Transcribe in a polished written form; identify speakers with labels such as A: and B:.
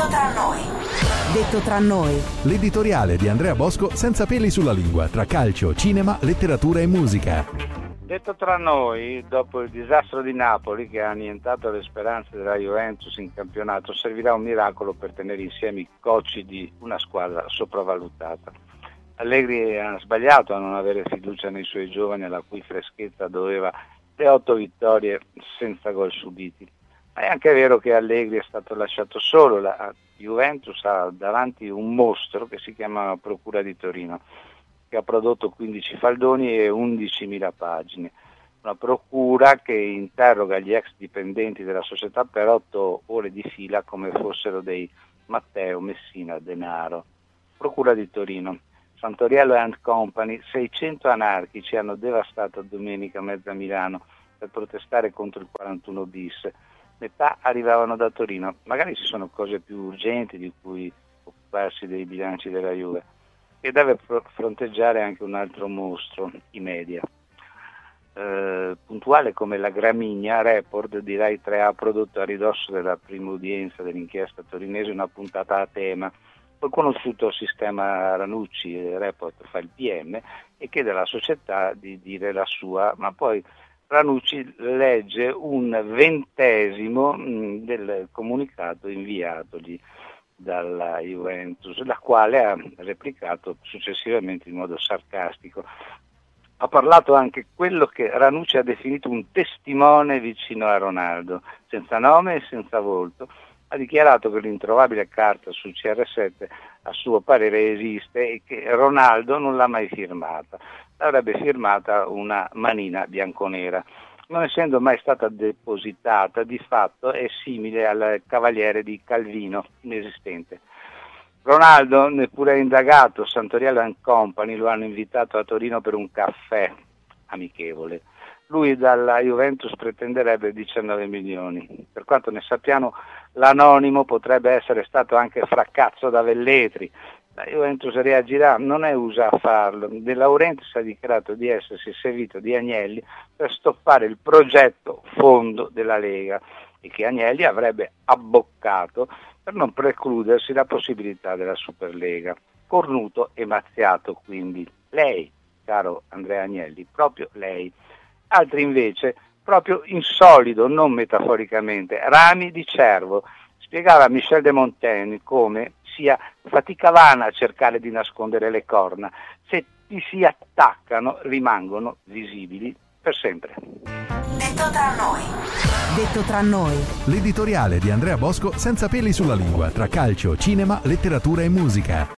A: tra noi.
B: Detto tra noi.
C: L'editoriale di Andrea Bosco senza peli sulla lingua, tra calcio, cinema, letteratura e musica.
D: Detto tra noi, dopo il disastro di Napoli che ha annientato le speranze della Juventus in campionato, servirà un miracolo per tenere insieme i cocci di una squadra sopravvalutata. Allegri ha sbagliato a non avere fiducia nei suoi giovani, alla cui freschezza doveva le 8 vittorie senza gol subiti. Ma è anche vero che Allegri è stato lasciato solo. La Juventus ha davanti un mostro che si chiama Procura di Torino, che ha prodotto 15 faldoni e 11.000 pagine. Una procura che interroga gli ex dipendenti della società per 8 ore di fila come fossero dei Matteo Messina Denaro. Procura di Torino. Santoriello and Company, 600 anarchici hanno devastato domenica mezza Milano per protestare contro il 41 bis. Metà arrivavano da Torino. Magari ci sono cose più urgenti di cui occuparsi dei bilanci della Juve, e deve fronteggiare anche un altro mostro, i media. Puntuale come la gramigna, Report di Rai 3 ha prodotto a ridosso della prima udienza dell'inchiesta torinese una puntata a tema col conosciuto sistema Ranucci. Report fa il PM e chiede alla società di dire la sua, ma poi Ranucci legge un 20° del comunicato inviatogli dalla Juventus, la quale ha replicato successivamente in modo sarcastico. Ha parlato anche quello che Ranucci ha definito un testimone vicino a Ronaldo, senza nome e senza volto. Ha dichiarato che l'introvabile carta sul CR7 a suo parere esiste e che Ronaldo non l'ha mai firmata. L'avrebbe firmata una manina bianconera. Non essendo mai stata depositata, di fatto è simile al Cavaliere di Calvino, inesistente. Ronaldo neppure è indagato. Santoriello and Company lo hanno invitato a Torino per un caffè amichevole. Lui dalla Juventus pretenderebbe 19 milioni. Per quanto ne sappiamo, l'anonimo potrebbe essere stato anche Fraccazzo da Velletri. La Juventus reagirà, non è usa a farlo. De Laurentiis ha dichiarato di essersi servito di Agnelli per stoppare il progetto fondo della Lega e che Agnelli avrebbe abboccato per non precludersi la possibilità della Superlega. Cornuto e mazziato quindi. Lei, caro Andrea Agnelli, proprio lei. Altri invece, proprio in solido, non metaforicamente, rami di cervo. Spiegava Michel de Montaigne come sia fatica vana a cercare di nascondere le corna. Se ti si attaccano, rimangono visibili per sempre.
A: Detto tra noi.
B: Detto tra noi.
C: L'editoriale di Andrea Bosco senza peli sulla lingua, tra calcio, cinema, letteratura e musica.